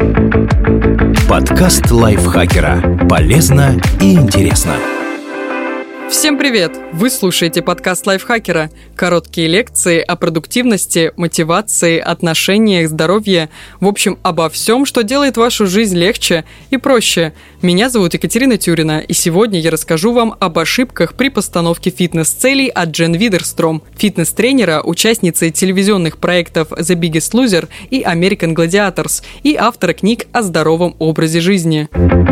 Подкаст лайфхакера. Полезно и интересно. Всем привет! Вы слушаете подкаст лайфхакера. Короткие лекции о продуктивности, мотивации, отношениях, здоровье. В общем, обо всем, что делает вашу жизнь легче и проще. Меня зовут Екатерина Тюрина, и сегодня я расскажу вам об ошибках при постановке фитнес-целей от Джен Видерстром, фитнес-тренера, участницы телевизионных проектов The Biggest Loser и American Gladiators, и автора книг о здоровом образе жизни.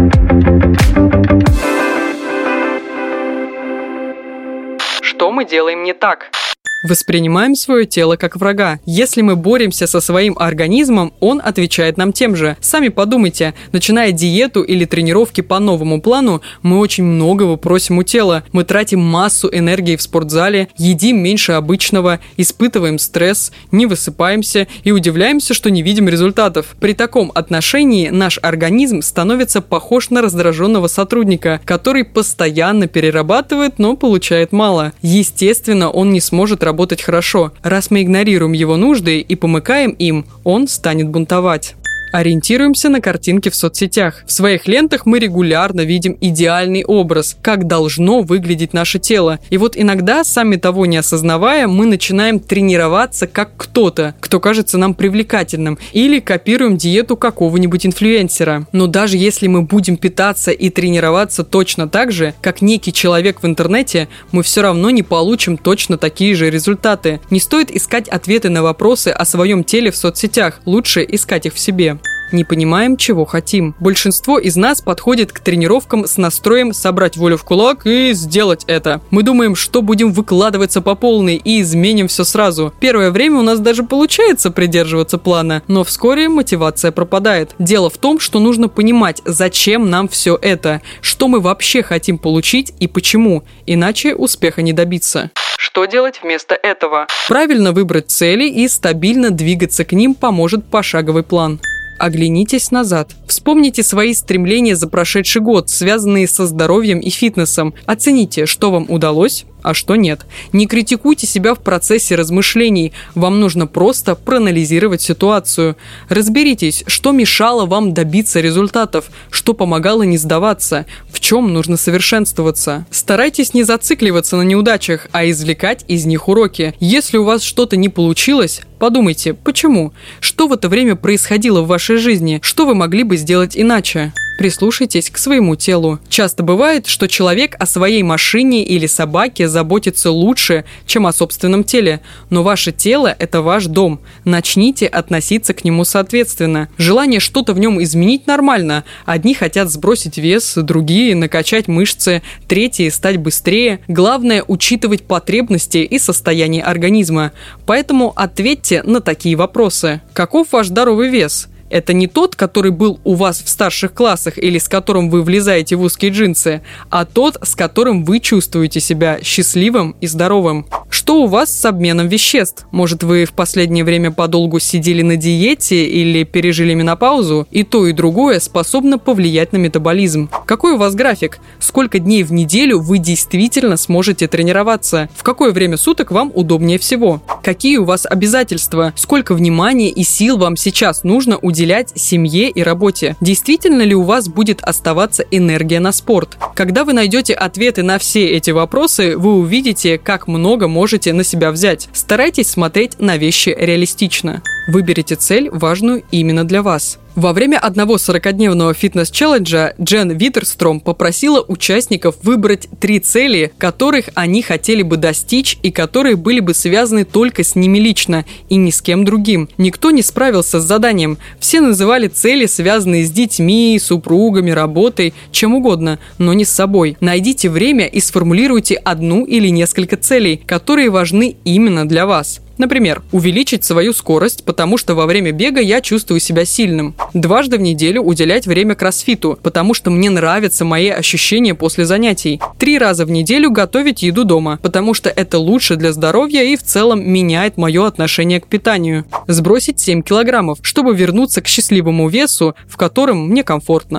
Что мы делаем не так? Воспринимаем свое тело как врага. Если мы боремся со своим организмом, он отвечает нам тем же. Сами подумайте, начиная диету или тренировки по новому плану, мы очень многого просим у тела. Мы тратим массу энергии в спортзале, едим меньше обычного, испытываем стресс, не высыпаемся и удивляемся, что не видим результатов. При таком отношении наш организм становится похож на раздраженного сотрудника, который постоянно перерабатывает, но получает мало. Естественно, он не сможет работать хорошо. Раз мы игнорируем его нужды и помыкаем им, он станет бунтовать. Ориентируемся на картинки в соцсетях. В своих лентах мы регулярно видим идеальный образ, как должно выглядеть наше тело. И вот иногда, сами того не осознавая, мы начинаем тренироваться как кто-то, кто кажется нам привлекательным, или копируем диету какого-нибудь инфлюенсера. Но даже если мы будем питаться и тренироваться точно так же, как некий человек в интернете, мы все равно не получим точно такие же результаты. Не стоит искать ответы на вопросы о своем теле в соцсетях, лучше искать их в себе. Не понимаем, чего хотим. Большинство из нас подходит к тренировкам с настроем собрать волю в кулак и сделать это. Мы думаем, что будем выкладываться по полной и изменим все сразу. Первое время у нас даже получается придерживаться плана, но вскоре мотивация пропадает. Дело в том, что нужно понимать, зачем нам все это, что мы вообще хотим получить и почему, иначе успеха не добиться. Что делать вместо этого? Правильно выбрать цели и стабильно двигаться к ним поможет пошаговый план. Оглянитесь назад. Вспомните свои стремления за прошедший год, связанные со здоровьем и фитнесом. Оцените, что вам удалось, а что нет. Не критикуйте себя в процессе размышлений. Вам нужно просто проанализировать ситуацию. Разберитесь, что мешало вам добиться результатов, что помогало не сдаваться, в чем нужно совершенствоваться. Старайтесь не зацикливаться на неудачах, а извлекать из них уроки. Если у вас что-то не получилось, подумайте, почему? Что в это время происходило в вашей жизни? Что вы могли бы сделать иначе? Прислушайтесь к своему телу. Часто бывает, что человек о своей машине или собаке заботится лучше, чем о собственном теле. Но ваше тело – это ваш дом. Начните относиться к нему соответственно. Желание что-то в нем изменить нормально. Одни хотят сбросить вес, другие – накачать мышцы, третьи – стать быстрее. Главное – учитывать потребности и состояние организма. Поэтому ответьте на такие вопросы. Каков ваш здоровый вес? Это не тот, который был у вас в старших классах или с которым вы влезаете в узкие джинсы, а тот, с которым вы чувствуете себя счастливым и здоровым. Что у вас с обменом веществ? Может, вы в последнее время подолгу сидели на диете или пережили менопаузу? И то, и другое способно повлиять на метаболизм. Какой у вас график? Сколько дней в неделю вы действительно сможете тренироваться? В какое время суток вам удобнее всего? Какие у вас обязательства? Сколько внимания и сил вам сейчас нужно уделять семье и работе? Действительно ли у вас будет оставаться энергия на спорт? Когда вы найдете ответы на все эти вопросы, вы увидите, как много можете на себя взять. Старайтесь смотреть на вещи реалистично. Выберите цель, важную именно для вас. Во время одного 40-дневного фитнес-челленджа Джен Видерстром попросила участников выбрать 3 цели, которых они хотели бы достичь и которые были бы связаны только с ними лично и ни с кем другим. Никто не справился с заданием. Все называли цели, связанные с детьми, супругами, работой, чем угодно, но не с собой. Найдите время и сформулируйте одну или несколько целей, которые важны именно для вас. Например, увеличить свою скорость, потому что во время бега я чувствую себя сильным. 2 раза в неделю уделять время кроссфиту, потому что мне нравятся мои ощущения после занятий. 3 раза в неделю готовить еду дома, потому что это лучше для здоровья и в целом меняет мое отношение к питанию. Сбросить 7 килограммов, чтобы вернуться к счастливому весу, в котором мне комфортно.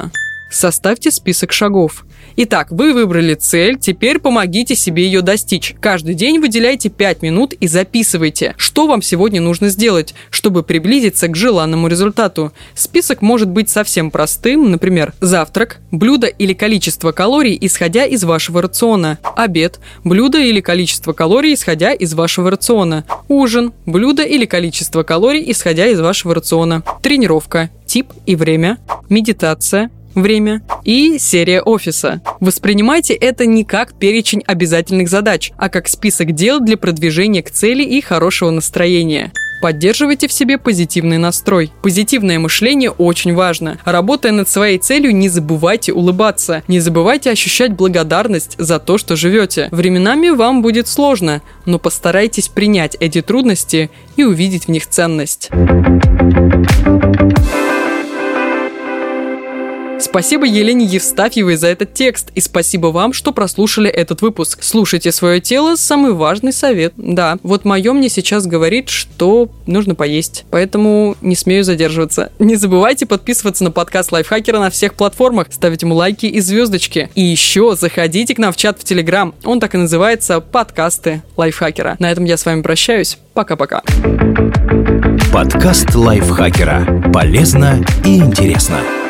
Составьте список шагов. Итак, вы выбрали цель, теперь помогите себе ее достичь. Каждый день выделяйте 5 минут и записывайте, что вам сегодня нужно сделать, чтобы приблизиться к желанному результату. Список может быть совсем простым, например, завтрак, блюдо или количество калорий, исходя из вашего рациона. Обед, блюдо или количество калорий, исходя из вашего рациона. Ужин, блюдо или количество калорий, исходя из вашего рациона. Тренировка, тип и время. Медитация, время и серия офиса. Воспринимайте это не как перечень обязательных задач, а как список дел для продвижения к цели и хорошего настроения. Поддерживайте в себе позитивный настрой. Позитивное мышление очень важно. Работая над своей целью, не забывайте улыбаться. Не забывайте ощущать благодарность за то, что живете. Временами вам будет сложно, но постарайтесь принять эти трудности и увидеть в них ценность. Спасибо Елене Евстафьевой за этот текст, и спасибо вам, что прослушали этот выпуск. Слушайте свое тело – самый важный совет. Да, вот мое мне сейчас говорит, что нужно поесть, поэтому не смею задерживаться. Не забывайте подписываться на подкаст Лайфхакера на всех платформах, ставить ему лайки и звездочки. И еще заходите к нам в чат в Телеграм, он так и называется «Подкасты Лайфхакера». На этом я с вами прощаюсь. Пока-пока. Подкаст Лайфхакера. Полезно и интересно.